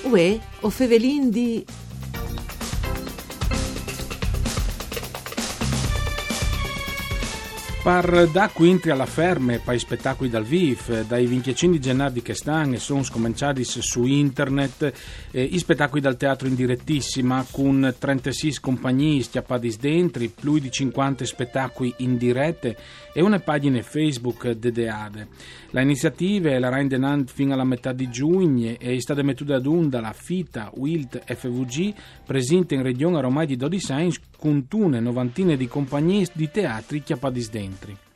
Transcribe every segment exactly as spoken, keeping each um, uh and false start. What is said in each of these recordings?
Uè, o Fevelin di... Par da quintri alla ferme, per i spettacoli dal vivo, dai venticinque di gennaio di quest'anno sono scominciati su internet eh, i spettacoli dal teatro in direttissima con trentasei compagnie stiappati dentro, più di cinquanta spettacoli in dirette e una pagina Facebook dedicate. La iniziativa la rende nant fino alla metà di giugno e è stata mettuta ad onda la Fita Wild F V G presente in regione ormai di dodici anni con una novantina di compagnie di teatri chiappati dentro.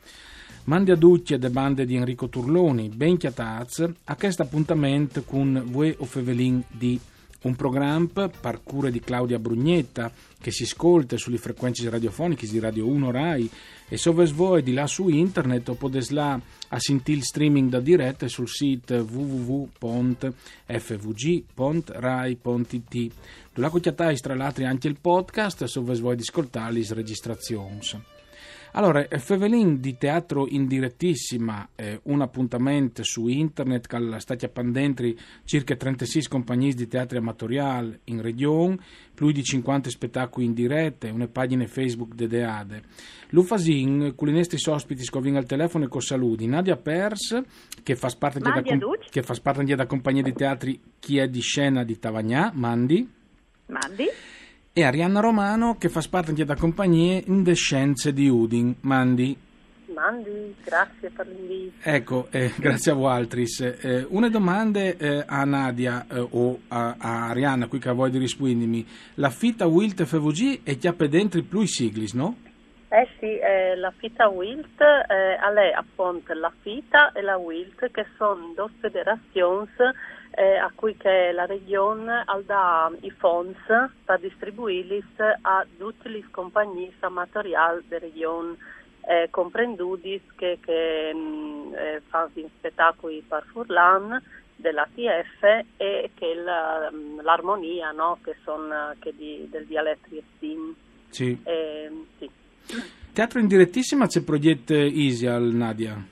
Mandi a tutti e le bande di Enrico Turloni, ben chiataz, a questo appuntamento con Vue o Fevelin di un programma par cura di Claudia Brugnetta che si ascolta sulle frequenze radiofoniche di Radio uno Rai e se voi di là su internet o potete là a sentire il streaming da diretta sul sito w w w punto f v g punto rai punto i t. Dove chiatai tra l'altro anche il podcast se voi di ascoltare le registrazioni. Allora, Fevelin di teatro in direttissima, eh, un appuntamento su internet che sta stati appendentri circa trentasei compagnie di teatro amatoriali in regione, più di cinquanta spettacoli in diretta e una pagina Facebook dedicata. L'Ufasin, con i nostri ospiti scovin al telefono e con saluti. Nadia Pers, che fa parte da, com- che fa parte da compagnia di teatri Chi è di scena di Tavagnà, Mandi. Mandi. E Arianna Romano che fa parte anche da compagnie in de scienze di Udin. Mandi. Mandi, grazie per l'invito. Ecco, eh, grazie a voi altris. Eh, una domanda eh, a Nadia eh, o a, a Arianna, qui che a voi di rispondermi. La Fita Wild F V G è chiappe dentro più i siglis, no? Eh sì, eh, la Fita Wild eh, è appunto la Fita e la Wild che sono due federazioni Eh, a cui che la regione ha da i fondi per distribuirli a tutte le compagnie amatoriali della regione, eh, comprenduti che, che mh, eh, fanno spettacoli per Furlan dell'A T F e che la, l'armonia, no? Che sono che di, del dialetto estin. Sì. Eh, sì. Teatro in direttissima c'è progetto Isial, Nadia?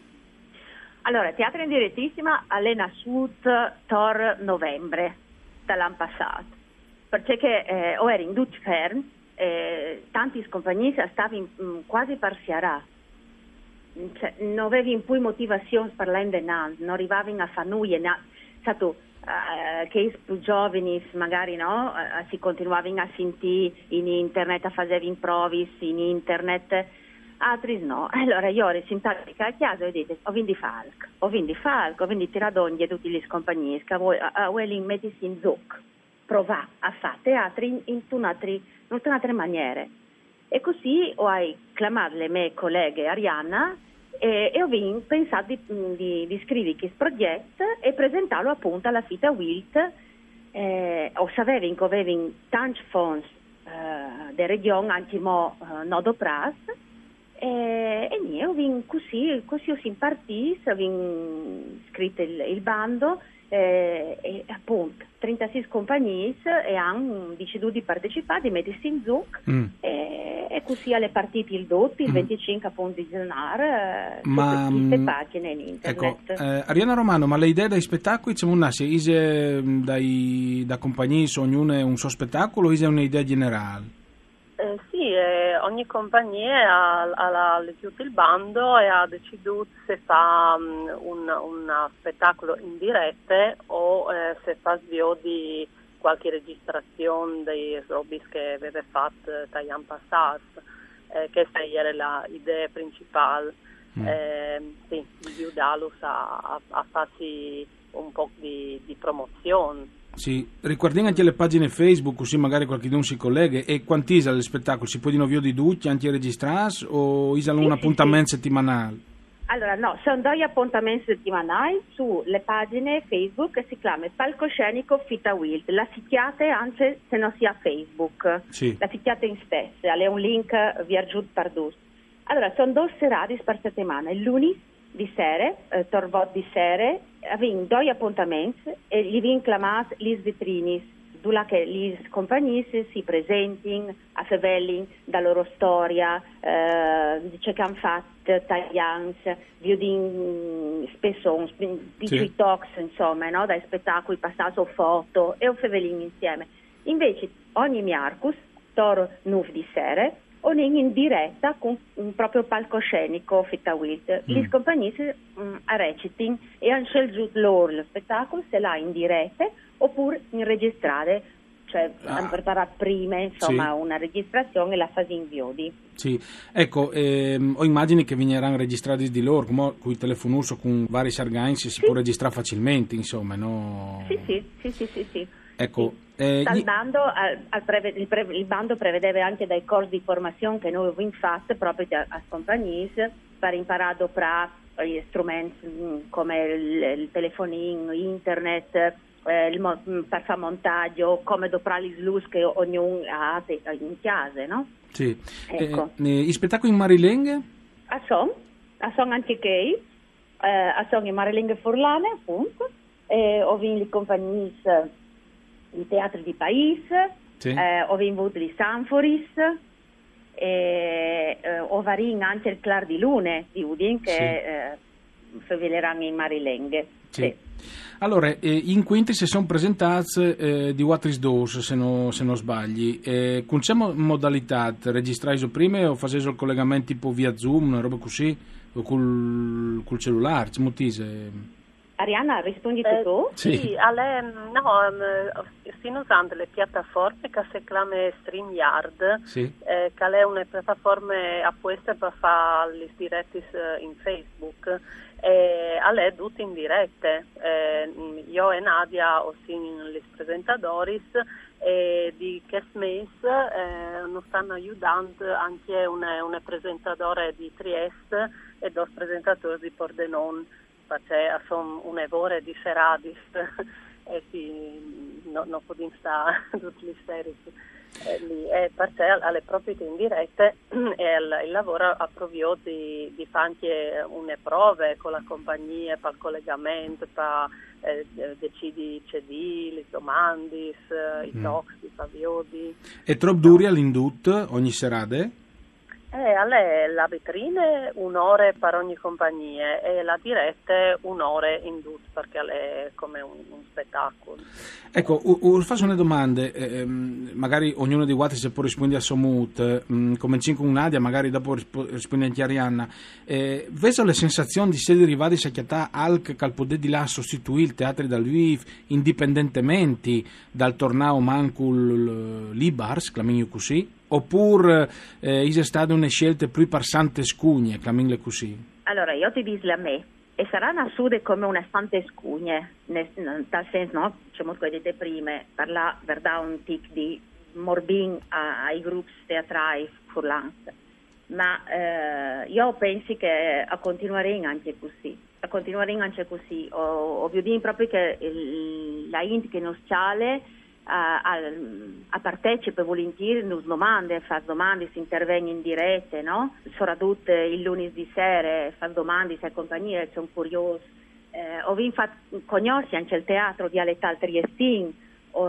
Allora, teatro in direttissima è nasciuto tor novembre dall'anno passato, perché eh, o era in tutti fermi, eh, tanti compagnie stavano mh, quasi per siarà, cioè, non avevano più motivazione per l'endinare, non arrivavano a fare nulla, stato uh, che i più giovani magari no, uh, si continuavano a sentire in internet, a fare improvis in internet, altri no. Allora io ero sintonica a chiesa e dite ho vinto falco, ho vinto falco, ho vinto tiradoglie tutte le compagnie che voi a Welling metti in zuc, provà a fare teatri in, in un'altra maniera. E così ho chiamato le mie colleghe Arianna e, e ho pensato di, di, di scrivere questo progetto e presentarlo appunto alla Fita Wild. Eh, o sapevo che avevo tanti fondi eh, della regione, anche mo eh, nodo pras. E, e niente, così, così ho impartito, ho scritto il, il bando eh, e appunto trentasei compagnie e hanno deciso di partecipare, di mettersi in zuc mm. e, e così alle partite il dodici, il mm. venticinque appunto di gennaio ma su queste pagine in internet. Ecco, eh, Arianna Romano, ma le idee dai spettacoli c'è una ise dai da compagnie ognuno è un suo spettacolo o è un'idea generale? Eh, sì, eh, ogni compagnia ha, ha, ha chiuso il bando e ha deciso se fa um, un, un spettacolo in diretta o eh, se fa svio di qualche registrazione dei robis che aveva fatto dagli anni passati, eh, che era l'idea principale. Mm. Eh, sì, di aiutarlos a, a, a farsi un po' di, di promozione. Sì, ricordiamo anche le pagine Facebook così magari qualcuno si collega. E quanti sono gli spettacoli? Si può di novio di tutti anche registrarsi o sono sì, un appuntamento sì, settimanale? Allora no, sono due appuntamenti settimanali sulle pagine Facebook che si chiama Palcoscenico Fita Wild. La sitiate anche se non sia Facebook, sì. La sitiate in stessa, è un link via giù per dus. Allora sono due serate per settimana, il lunedì di sera, eh, torvot di sera, avevamo due appuntamenti e gli vin chiamati gli vitrinis dove che le compagnie si presentino a Fevelin la loro storia, eh, dice che hanno fatto taglianze, vedono spesso di sì. talks, insomma, no? Dai spettacoli, passato foto e un Fevelin insieme. Invece ogni miarcus, toro nuv di sere, o in diretta con un proprio palcoscenico Fitta Wild. Mm. Le compagnie um, a reciting e hanno scelto loro lo spettacolo se l'ha in diretta oppure in registrare, cioè ah. hanno preparato prima insomma sì. una registrazione e la fase in viodi. Sì, ecco, ehm, ho immagini che vigneranno registrati di loro, come con il telefonus o con vari sargains si sì. può registrare facilmente, insomma, no? Sì, sì, sì, sì, sì, sì. Ecco, sì. Eh, il, bando, al, al preve, il, pre, il bando prevedeva anche dei corsi di formazione che noi abbiamo fatto proprio a, a compagnie per imparare a operare gli strumenti come il, il telefonino, internet, eh, il, per fare montaggio, come doprare gli slus che ognuno ha in chiesa, no? Sì. Ecco. Eh, eh, I spettacoli in Marilenghe? A Son, a Son Antichei, eh, a Son in Marilenghe Furlane, appunto, e ho vinto le compagnie di teatri di Paese, sì. eh, ho vinto di Sanforis, e eh, ho varin anche il Clar di Lune di Udin che sì. eh, faveleranno in Marilenghe. Sì. Sì. Allora, eh, in quinti si sono presentati eh, di Watris Dos, se, no, se non sbagli. Eh, con che modalità? Registrai prima o facevi il collegamento tipo via Zoom, una roba così? O col, col cellulare? Come dite? Arianna, rispondi eh, tu? Sì, sì alle, no, um, stiamo usando le piattaforme che si chiamano StreamYard, sì. eh, che è una piattaforma apposta per fare le dirette in Facebook. E alle tutte in dirette, eh, io e Nadia o gli presentatori e di questo mese eh, nos stanno aiutando anche una, una presentatore di Trieste e due presentatori di Pordenone, perché sono un'ore di Seradis e si, no, non possiamo stare tutti gli steri eh, lì, e perché alle proprie in dirette e il, il lavoro ha provato di, di fare anche une prove con la compagnia per il collegamento, per eh, decidere C D, le domande, eh, i talks, mm. i paviodi. E troppo duri all'indut ogni serade? Eh, alle, la vetrina un'ora per ogni compagnia e la diretta un'ora in tutto perché è come un, un spettacolo. Ecco, u, u, faccio una domanda, eh, magari ognuno di voi se può rispondere a Somut, mh, cominciamo con Nadia, magari dopo risponde anche Arianna. Eh, vedo le sensazioni di essere arrivati a chiatà Alc che al potere di là sostituire il teatro dal vivo indipendentemente dal torneo Mancul Libars, chiamiamolo così? Oppure eh, è stata una scelta più per sante scugne, chiamiamole così? Allora, io ti dico a me, e sarà nascude come una sante scugne, nel, nel tal senso, no? Diciamo che vedete prima, parla verdà un tic di morbin a, ai gruppi teatrali furlanti, ma eh, io penso che a continuare anche così, a continuare anche così, ho, ho veduto proprio che il, la int che non c'ale A, a, a partecipe volentieri nos domande, fa domande, si interviene in dirette, no? Soprattutto il lunedì di sera fa domande, se compagnie sono curiosi. Eh, ho infatti conosci anche il teatro dialettale triestino uh,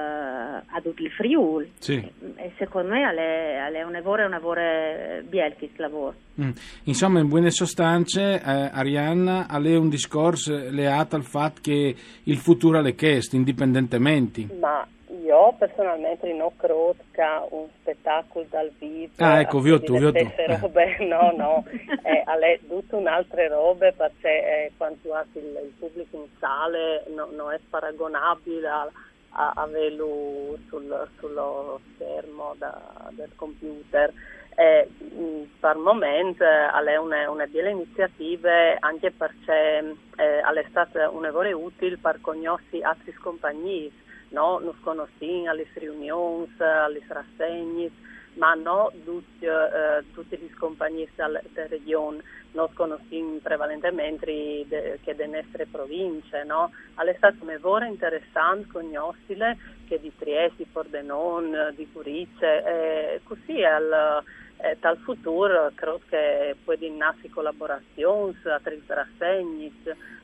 ad il Friuli. Sì. E secondo me è, è un lavoro, un lavoro bello questo lavoro. Mm. Insomma, in buone sostanze, eh, Arianna ha un discorso leato al fatto che il futuro le chiesto, indipendentemente. Ma io personalmente non credo che un spettacolo dal vivo ah, ecco, vi ho tu, vi ho tu. Robe, no, no, è, è tutta un'altra roba perché eh, quando ha il, il pubblico in sale no, non è paragonabile a, a averlo sul, sullo schermo da, del computer. Eh, per il momento è una, una bella iniziativa anche perché eh, è stata un lavoro utile per conoscere altre compagnie, no? Nos conosciamo alle riunioni, alle rassegne, ma non tutti, eh, tutte le compagnie della, della regione, nos conosciamo prevalentemente de, che delle nostre province, no? È stato un lavoro interessante conoscere che di Trieste, di Pordenone, di Curice, eh, così al Eh, dal futuro credo che può nascere collaborazioni, altre rassegne,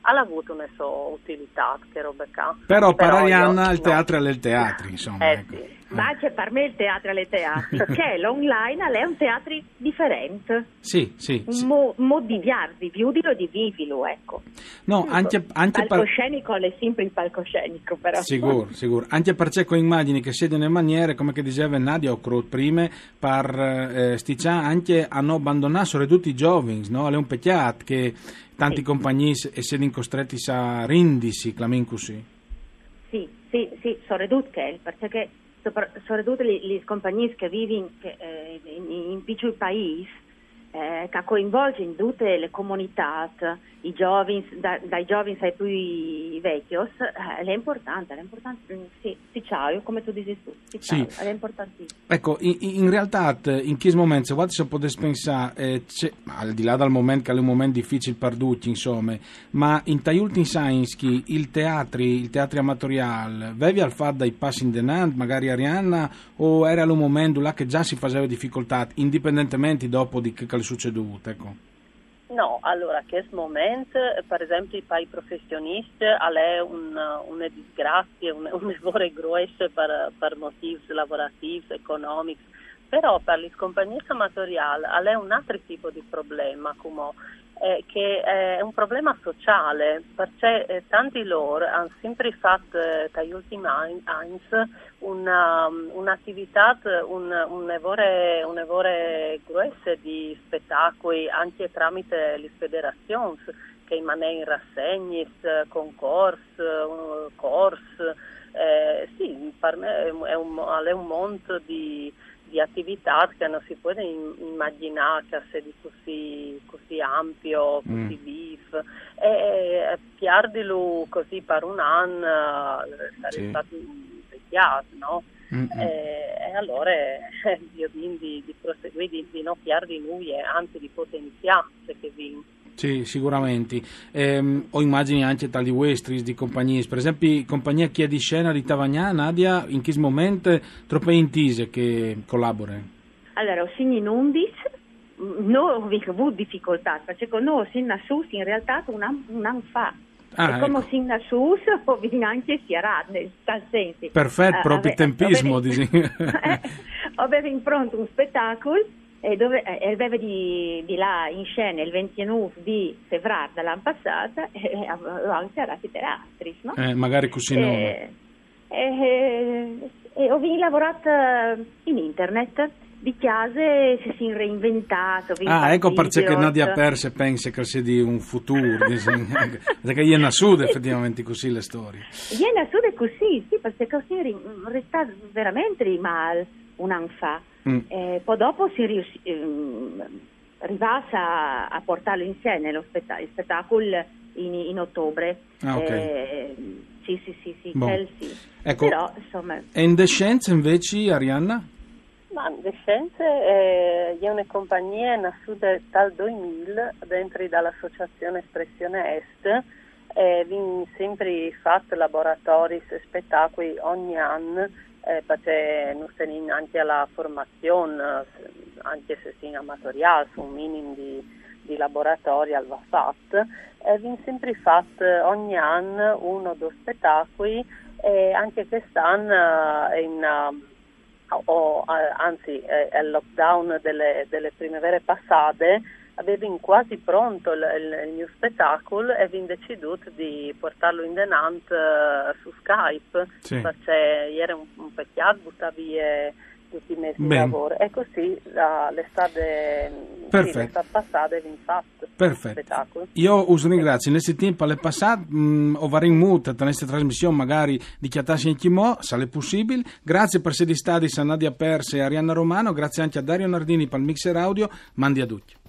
ha avuto una sua utilità, che roba qua. Però, per Però Arianna io, il teatro no. è il teatro, insomma. Eh, ecco. sì. Ma c'è per me il teatro alle teatri, che l'online è un teatro differente. Sì, sì. Un sì. mo, mo di viardi, viudilo di vivilo, ecco. No, anche, anche il per... palcoscenico è sempre il palcoscenico, però. Sicuro, sicuro. Anche perché con immagini che siedono in maniere, come che diceva Nadia Ocrut prima, per eh, sticcia anche hanno abbandonato tutti i giovani, no? È un peccato che tanti sì. compagni siano costretti a rindisi, clamin così. Sì, sì, sì, sono ridotte, perché sono ridotte le, le compagnie che vivono eh, in, in piccoli paesi, eh, che coinvolgono tutte le comunità, i giovani, da, dai giovani ai più vecchi, eh, è importante, è importante, sì, sì, ciao, come tu dici tu, sì, ciao, sì. È importantissimo. Ecco, in, in realtà, in questo momento, se si può pensare, eh, al di là dal momento che è un momento difficile per tutti, insomma, ma in tagli ultimi scienze, il teatro, il teatro amatoriale, avevi al fatto dai passi in denant, magari Arianna, o era un momento là che già si faceva difficoltà, indipendentemente dopo di che è succeduto, ecco? No, allora, che momento, per esempio, per i professionisti è un, una disgrazia, un, un errore grosso per, per motivi lavorativi, economici, però per le compagnie amatoriali è un altro tipo di problema, come, eh, che è un problema sociale, perché eh, tanti loro hanno sempre fatto, eh, negli ultimi anni, una, un'attività, un, un evore, un evore grosso di spettacoli anche tramite le federazioni che manei in rassegne, concorsi, corsi, eh, sì, per me è un, è un mondo di, di attività che non si può immaginare che sia così, così ampio, così mm. vivo, e, e piardilo così per un anno sarebbe sì. stato no? E, e allora eh, io dico di, di proseguire, di, di non piardere noi e anzi di potenziare che vi. Sì, sicuramente. Ehm, ho immagini anche tali westris di compagnie, per esempio compagnia Chia di Scena di Tavagnà, Nadia, in che momento troppe intise che collaborano? Allora, ho segni in undici, non ho avuto difficoltà, perché noi siamo in realtà un anno, un anno fa. Ah, e come ecco. Sin su ho anche Sierra, nel tal senso. Perfetto, uh, proprio il tempismo. Avevo in pronto un spettacolo e dove eh, aveva di, di là in scena il ventinove di febbraio dell'anno passato e avevo anche Sierra teatri, no? Eh, magari così e, non. E, e, e ho lavorato in internet. Di chiase si è reinventato. Ah, ecco perché che Nadia Perse pensa che sia di un futuro, perché io a sud effettivamente così le storie. Io a sud è così, sì, perché così resta veramente male un anno fa. Mm. Eh, poi dopo si rius- ehm, rivasa a portarlo insieme lo spett- il spettacolo in, in ottobre. Ah, okay. eh, sì, sì, sì, sì, bon. quel sì. Ecco, però insomma. E in Descenza invece, Arianna? Ma Descenze eh, è una compagnia nata dal duemila dentro dall'associazione Espressione Est e abbiamo sempre fatto laboratori e spettacoli ogni anno eh, perché non teniamo anche la formazione, anche se si amatoriale, su un minimo di, di laboratori al va fatto e abbiamo sempre fatto ogni anno uno o due spettacoli e anche quest'anno è in o anzi è il lockdown delle, delle primavere passate avevamo quasi pronto il, il, il mio spettacolo e abbiamo deciso di portarlo in denant uh, su Skype sì. Perché era un, un peccato buttare via tutti i mesi di lavoro e così la, l'estate, sì, l'estate passata abbiamo fatto perfetto. Spettacolo. Io us ringrazio, nel tempo alle passate mh, ho vari in muta in questa trasmissione magari di chiatarsi in chimò, se è possibile. Grazie per essere stati a Nadia Perse e Arianna Romano, grazie anche a Dario Nardini per il mixer audio, mandi a tutti.